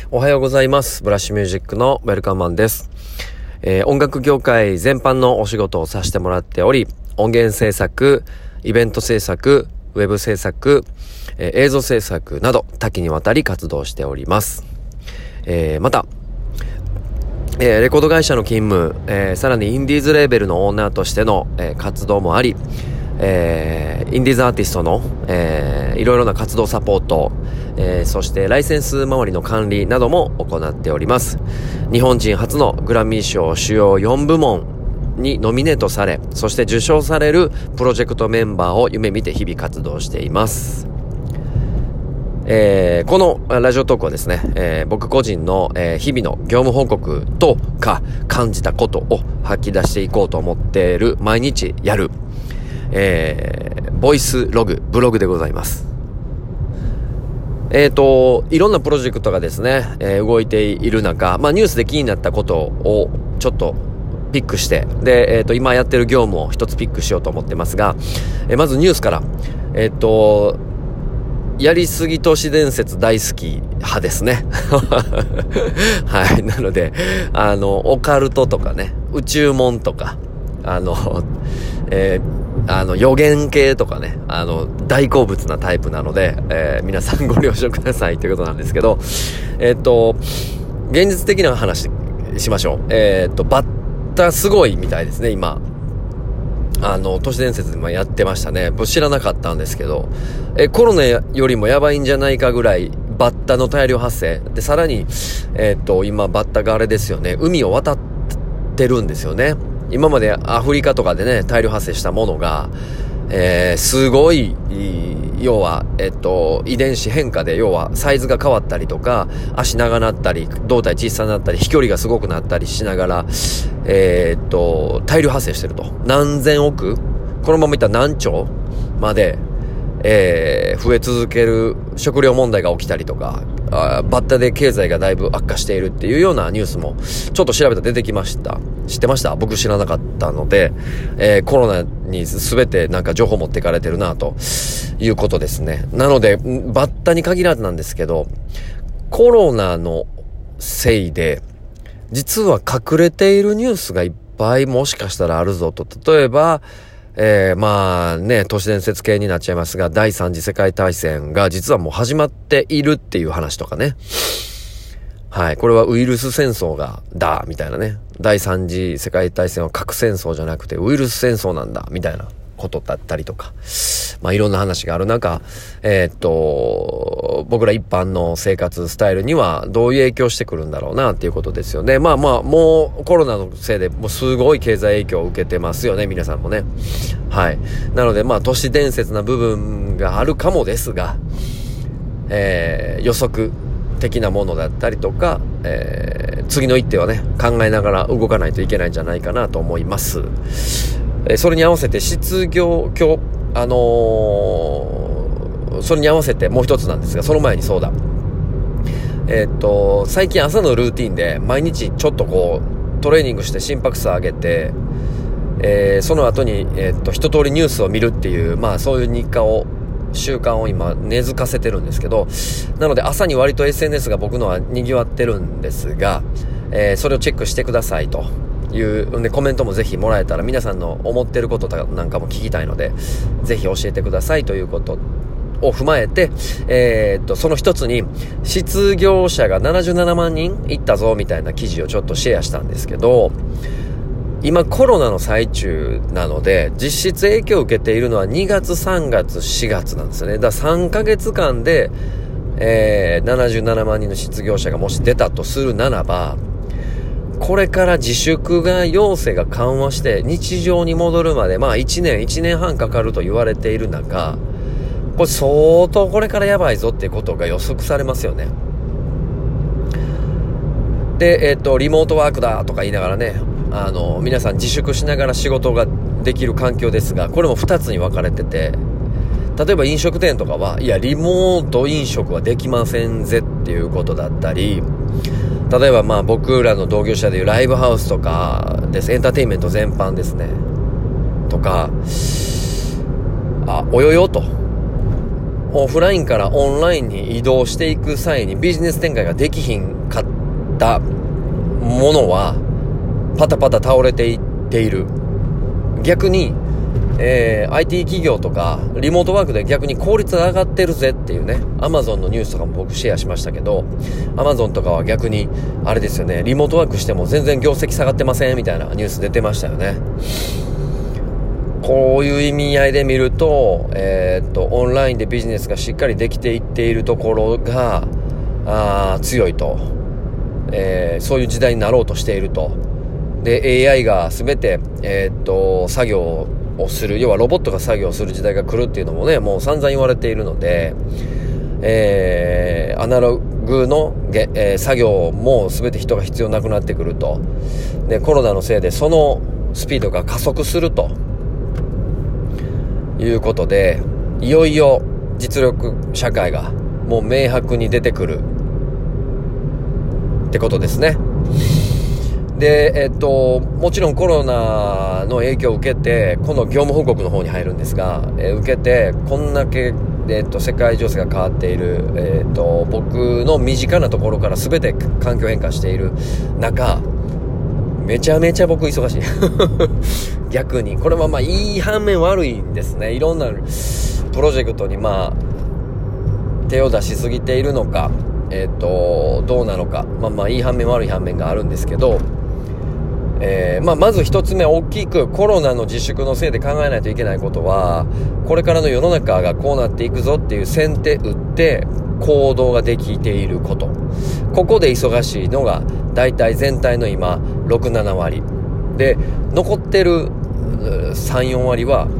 おはようございます。ブラッシュミュージックのウェルカムマンです。音楽業界全般のお仕事をさせてもらっており、音源制作、イベント制作、ウェブ制作、映像制作など多岐にわたり活動しております。また、レコード会社の勤務、さらにインディーズレーベルのオーナーとしての、活動もあり、インディーズアーティストの、いろいろな活動サポート、そしてライセンス周りの管理なども行っております。日本人初のグラミー賞主要4部門にノミネートされ、そして受賞されるプロジェクトメンバーを夢見て日々活動しています。このラジオトークはですね、僕個人の、日々の業務報告とか感じたことを吐き出していこうと思っている毎日やる、ボイスログ、ブログでございます。いろんなプロジェクトがですね、動いている中、ニュースで気になったことをちょっとピックして、で、今やってる業務を一つピックしようと思ってますが、まずニュースから、やりすぎ都市伝説大好き派ですね。はい。なので、オカルトとかね、宇宙もんとか、予言系とかね、大好物なタイプなので、皆さんご了承くださいということなんですけど、現実的な話しましょう。バッタすごいみたいですね、今。都市伝説でもやってましたね。僕知らなかったんですけど、コロナよりもやばいんじゃないかぐらい、バッタの大量発生。で、さらに、今、バッタがあれですよね、海を渡ってるんですよね。今までアフリカとかでね、大量発生したものが、すごい、要は、遺伝子変化で、要は、サイズが変わったりとか、足長なったり、胴体小さなったり、飛距離がすごくなったりしながら、大量発生してると。何千億？このままいったら何兆まで、増え続ける食料問題が起きたりとか、バッタで経済がだいぶ悪化しているっていうようなニュースもちょっと調べたら出てきました。知ってました？僕知らなかったので、コロナに全てなんか情報持っていかれてるなということですね。なのでバッタに限らずなんですけど、コロナのせいで実は隠れているニュースがいっぱいもしかしたらあるぞと。例えば都市伝説系になっちゃいますが、第三次世界大戦が実はもう始まっているっていう話とかね。はい。これはウイルス戦争だ、みたいなね。第三次世界大戦は核戦争じゃなくてウイルス戦争なんだ、みたいなことだったりとか。いろんな話がある中、僕ら一般の生活スタイルにはどういう影響してくるんだろうなっていうことですよね。もうコロナのせいでもうすごい経済影響を受けてますよね、皆さんもね。はい。なので都市伝説な部分があるかもですが、予測的なものだったりとか、次の一手はね、考えながら動かないといけないんじゃないかなと思います。それに合わせて失業それに合わせてもう一つなんですが、その前にそうだ。最近朝のルーティンで毎日ちょっとこうトレーニングして心拍数上げて、その後に一通りニュースを見るっていう、そういう習慣を今根付かせてるんですけど、なので朝に割と SNS が僕のは賑わってるんですが、それをチェックしてくださいというで、コメントもぜひもらえたら皆さんの思ってることなんかも聞きたいので、ぜひ教えてくださいということを踏まえて、その一つに失業者が77万人いったぞみたいな記事をちょっとシェアしたんですけど、今コロナの最中なので実質影響を受けているのは2月3月4月なんですよね。だから3ヶ月間で、77万人の失業者がもし出たとするならば、これから自粛が要請が緩和して日常に戻るまで1年半かかると言われている中、これ相当これからやばいぞっていうことが予測されますよね。で、リモートワークだとか言いながらね、皆さん自粛しながら仕事ができる環境ですが、これも2つに分かれてて、例えば飲食店とかは、いやリモート飲食はできませんぜっていうことだったり、例えば僕らの同業者でいうライブハウスとかです、エンターテインメント全般ですねとか、およよとオフラインからオンラインに移動していく際にビジネス展開ができひんかったものはパタパタ倒れていっている。逆に、IT 企業とかリモートワークで逆に効率が上がってるぜっていうね、 Amazon のニュースとかも僕シェアしましたけど、 Amazon とかは逆にあれですよね、リモートワークしても全然業績下がってませんみたいなニュース出てましたよね。こういう意味合いで見ると、オンラインでビジネスがしっかりできていっているところが強いと、そういう時代になろうとしていると。で AI が全て、作業をする、要はロボットが作業をする時代が来るっていうのもね、もう散々言われているので、アナログの、作業も全て人が必要なくなってくると。でコロナのせいでそのスピードが加速するということで、いよいよ実力社会がもう明白に出てくるってことですね。で、もちろんコロナの影響を受けて、今度業務報告の方に入るんですが、受けて、こんだけ、世界情勢が変わっている、僕の身近なところから全て環境変化している中、めちゃめちゃ僕忙しい。逆に。これはまあいい反面悪いんですね。いろんなプロジェクトに手を出しすぎているのか、どうなのか。まあいい反面悪い反面があるんですけど、まず一つ目、大きくコロナの自粛のせいで考えないといけないことは、これからの世の中がこうなっていくぞっていう先手打って行動ができていること。ここで忙しいのが大体全体の今 6,7 割で、残ってる 3,4 割は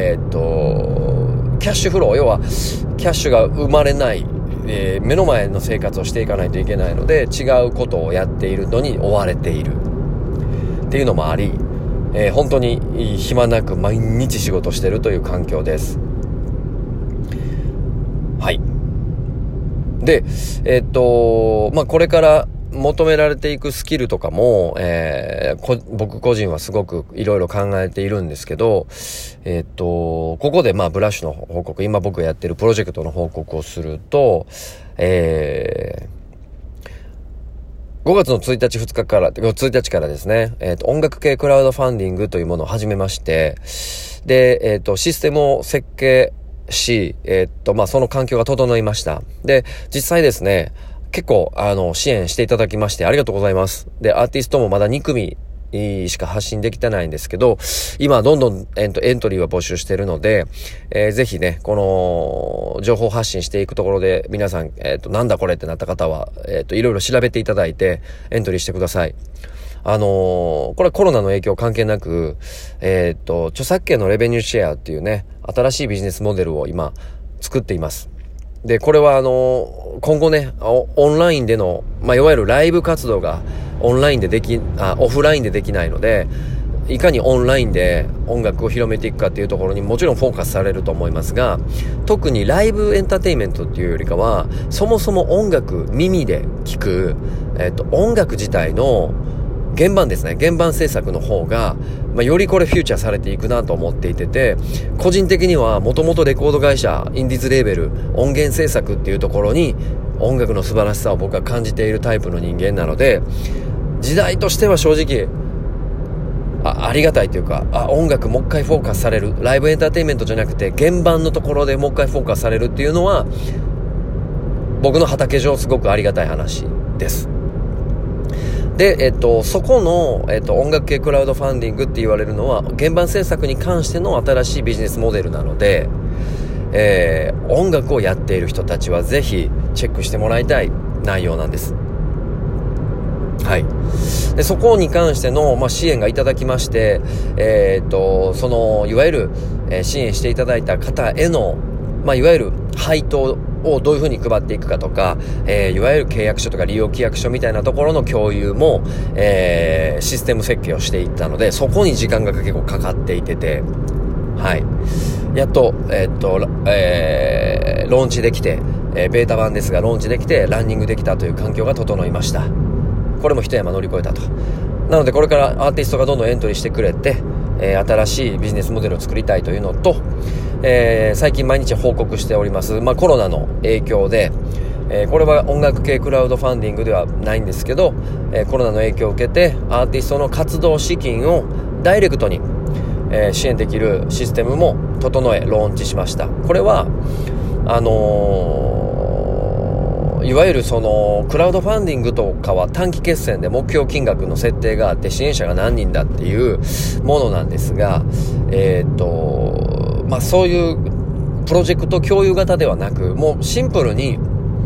キャッシュフロー、要はキャッシュが生まれない、目の前の生活をしていかないといけないので、違うことをやっているのに追われているっていうのもあり、本当に暇なく毎日仕事してるという環境です。はい。で、これから求められていくスキルとかも、僕個人はすごくいろいろ考えているんですけど、ここでブラッシュの報告、今僕がやってるプロジェクトの報告をすると、5月の1日2日から1日からですね、音楽系クラウドファンディングというものを始めまして、で、システムを設計し、その環境が整いました。で、実際ですね、結構支援していただきましてありがとうございます。で、アーティストもまだ2組しか発信できてないんですけど、今どんどんエントリーは募集しているので、ぜひね、この情報発信していくところで皆さん、なんだこれってなった方は、いろいろ調べていただいてエントリーしてください。これはコロナの影響関係なく、著作権のレベニューシェアっていうね、新しいビジネスモデルを今作っています。で、これは今後ね、オンラインでの、いわゆるライブ活動がオフラインでできないので、いかにオンラインで音楽を広めていくかっていうところにもちろんフォーカスされると思いますが、特にライブエンターテインメントっていうよりかは、そもそも音楽、耳で聴く、音楽自体の原版ですね、原版制作の方が、よりこれフューチャーされていくなと思っていて、個人的にはもともとレコード会社、インディーズレーベル、音源制作っていうところに音楽の素晴らしさを僕は感じているタイプの人間なので、時代としては正直ありがたいというか、音楽もう一回フォーカスされる、ライブエンターテインメントじゃなくて原版のところでもう一回フォーカスされるっていうのは僕の畑上すごくありがたい話です。で、そこの、音楽系クラウドファンディングって言われるのは原版制作に関しての新しいビジネスモデルなので、音楽をやっている人たちはぜひチェックしてもらいたい内容なんです。はい。で、そこに関しての、支援がいただきまして、そのいわゆる、支援していただいた方への、いわゆる配当をどういうふうに配っていくかとか、いわゆる契約書とか利用規約書みたいなところの共有も、システム設計をしていったので、そこに時間が結構かかっていて、はい。やっと、ローンチできて、ベータ版ですがローンチできてランニングできたという環境が整いました。これも一山乗り越えたと。なのでこれからアーティストがどんどんエントリーしてくれて、新しいビジネスモデルを作りたいというのと、 最近毎日報告しております、コロナの影響で、これは音楽系クラウドファンディングではないんですけど、コロナの影響を受けてアーティストの活動資金をダイレクトに、支援できるシステムも整えローンチしました。これはいわゆるそのクラウドファンディングとかは短期決戦で目標金額の設定があって支援者が何人だっていうものなんですが、そういうプロジェクト共有型ではなく、もうシンプルに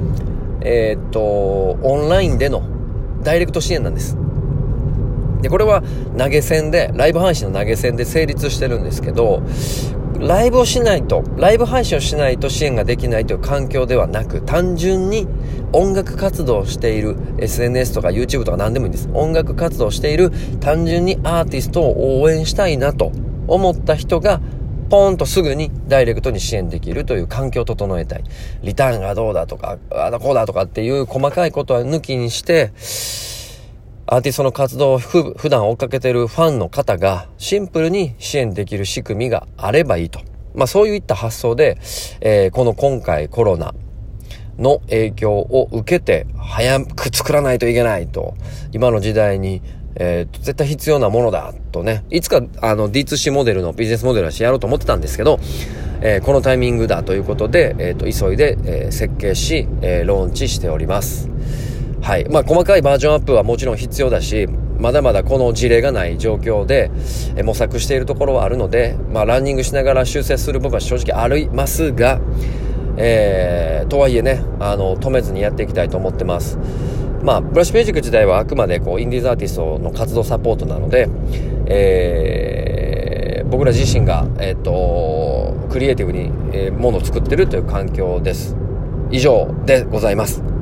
オンラインでのダイレクト支援なんです。でこれは投げ銭で、ライブ配信の投げ銭で成立してるんですけど、ライブ配信をしないと支援ができないという環境ではなく、単純に音楽活動をしている SNS とか YouTube とか何でもいいんです。音楽活動をしている、単純にアーティストを応援したいなと思った人がポーンとすぐにダイレクトに支援できるという環境を整えたい。リターンがどうだとかこうだとかっていう細かいことは抜きにして、アーティストの活動を普段追っかけているファンの方がシンプルに支援できる仕組みがあればいいと。そういった発想で、今回コロナの影響を受けて早く作らないといけないと、今の時代に、絶対必要なものだとね、いつかD2C モデルのビジネスモデルはやろうと思ってたんですけど、このタイミングだということで、急いで、設計し、ローンチしております。はい。細かいバージョンアップはもちろん必要だし、まだまだこの事例がない状況で、模索しているところはあるので、ランニングしながら修正する部分は正直ありますが、とはいえね、止めずにやっていきたいと思ってます。ブラッシュミュージック自体はあくまでインディーズアーティストの活動サポートなので、僕ら自身が、クリエイティブに、ものを作ってるという環境です。以上でございます。